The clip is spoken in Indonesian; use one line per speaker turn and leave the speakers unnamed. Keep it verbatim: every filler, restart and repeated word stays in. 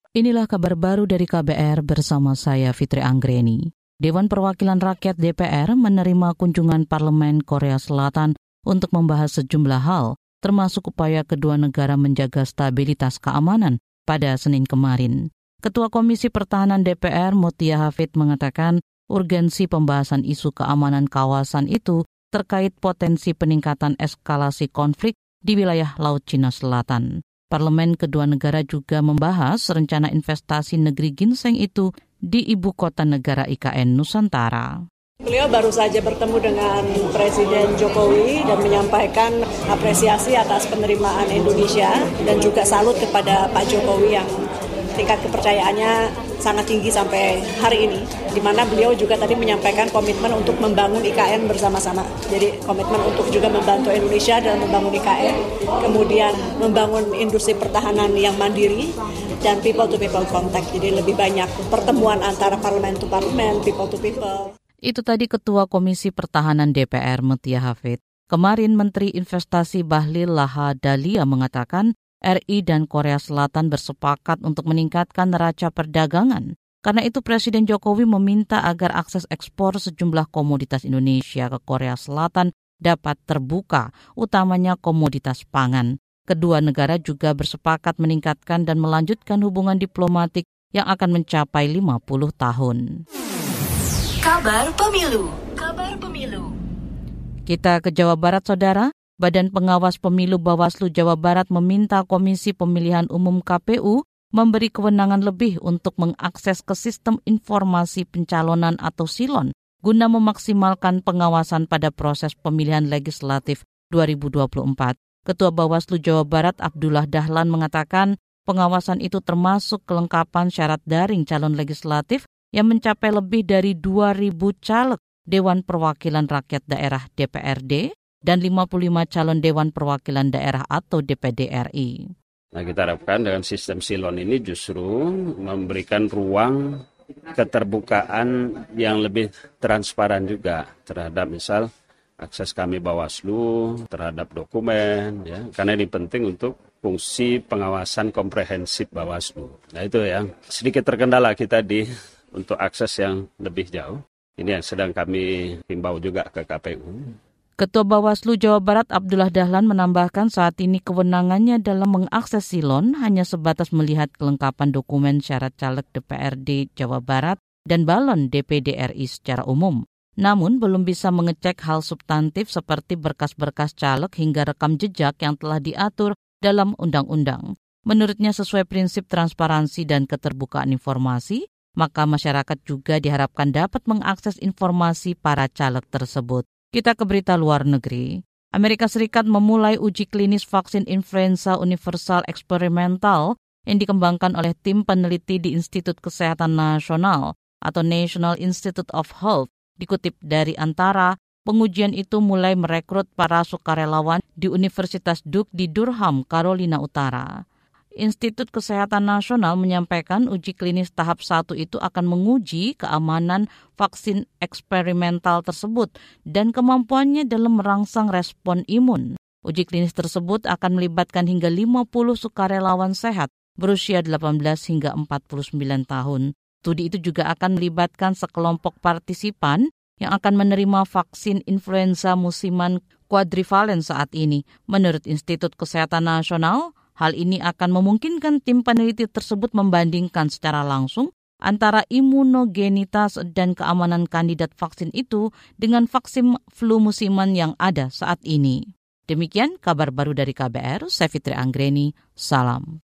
Inilah kabar baru dari K B R bersama saya Fitri Anggreni. Dewan Perwakilan Rakyat D P R menerima kunjungan Parlemen Korea Selatan untuk membahas sejumlah hal, termasuk upaya kedua negara menjaga stabilitas keamanan pada Senin kemarin. Ketua Komisi Pertahanan D P R Mutia Hafid mengatakan urgensi pembahasan isu keamanan kawasan itu terkait potensi peningkatan eskalasi konflik di wilayah Laut Cina Selatan. Parlemen kedua negara juga membahas rencana investasi negeri ginseng itu di ibu kota negara I K N Nusantara.
Beliau baru saja bertemu dengan Presiden Jokowi dan menyampaikan apresiasi atas penerimaan Indonesia dan juga salut kepada Pak Jokowi yang tingkat kepercayaannya sangat tinggi sampai hari ini, di mana beliau juga tadi menyampaikan komitmen untuk membangun I K N bersama-sama. Jadi komitmen untuk juga membantu Indonesia dalam membangun I K N, kemudian membangun industri pertahanan yang mandiri, dan people-to-people contact. Jadi lebih banyak pertemuan antara parlemen to parlemen, people to people.
Itu tadi Ketua Komisi Pertahanan D P R Mutia Hafid. Kemarin Menteri Investasi Bahlil Lahadalia mengatakan R I dan Korea Selatan bersepakat untuk meningkatkan neraca perdagangan. Karena itu Presiden Jokowi meminta agar akses ekspor sejumlah komoditas Indonesia ke Korea Selatan dapat terbuka, utamanya komoditas pangan. Kedua negara juga bersepakat meningkatkan dan melanjutkan hubungan diplomatik yang akan mencapai lima puluh tahun.
Kabar Pemilu. Kabar Pemilu.
Kita ke Jawa Barat, Saudara. Badan Pengawas Pemilu Bawaslu Jawa Barat meminta Komisi Pemilihan Umum K P U memberi kewenangan lebih untuk mengakses ke Sistem Informasi Pencalonan atau SILON guna memaksimalkan pengawasan pada proses pemilihan legislatif dua ribu dua puluh empat. Ketua Bawaslu Jawa Barat Abdullah Dahlan mengatakan pengawasan itu termasuk kelengkapan syarat daring calon legislatif yang mencapai lebih dari dua ribu caleg Dewan Perwakilan Rakyat Daerah D P R D dan lima puluh lima calon Dewan Perwakilan Daerah atau D P D R I.
Nah, kita harapkan dengan sistem SILON ini justru memberikan ruang keterbukaan yang lebih transparan juga terhadap misal akses kami Bawaslu terhadap dokumen, ya, karena ini penting untuk fungsi pengawasan komprehensif Bawaslu. Nah, itu yang sedikit terkendala kita di untuk akses yang lebih jauh. Ini yang sedang kami himbau juga ke K P U.
Ketua Bawaslu Jawa Barat Abdullah Dahlan menambahkan saat ini kewenangannya dalam mengakses SILON hanya sebatas melihat kelengkapan dokumen syarat caleg D P R D Jawa Barat dan balon D P D R I secara umum. Namun belum bisa mengecek hal substantif seperti berkas-berkas caleg hingga rekam jejak yang telah diatur dalam undang-undang. Menurutnya sesuai prinsip transparansi dan keterbukaan informasi, maka masyarakat juga diharapkan dapat mengakses informasi para caleg tersebut. Kita ke berita luar negeri. Amerika Serikat memulai uji klinis vaksin influenza universal eksperimental yang dikembangkan oleh tim peneliti di Institut Kesehatan Nasional atau National Institute of Health. Dikutip dari Antara, pengujian itu mulai merekrut para sukarelawan di Universitas Duke di Durham, Carolina Utara. Institut Kesehatan Nasional menyampaikan uji klinis tahap satu itu akan menguji keamanan vaksin eksperimental tersebut dan kemampuannya dalam merangsang respon imun. Uji klinis tersebut akan melibatkan hingga lima puluh sukarelawan sehat berusia delapan belas hingga empat puluh sembilan tahun. Studi itu juga akan melibatkan sekelompok partisipan yang akan menerima vaksin influenza musiman kuadrivalen saat ini. Menurut Institut Kesehatan Nasional, hal ini akan memungkinkan tim peneliti tersebut membandingkan secara langsung antara imunogenitas dan keamanan kandidat vaksin itu dengan vaksin flu musiman yang ada saat ini. Demikian kabar baru dari K B R, saya Fitri Anggreni, salam.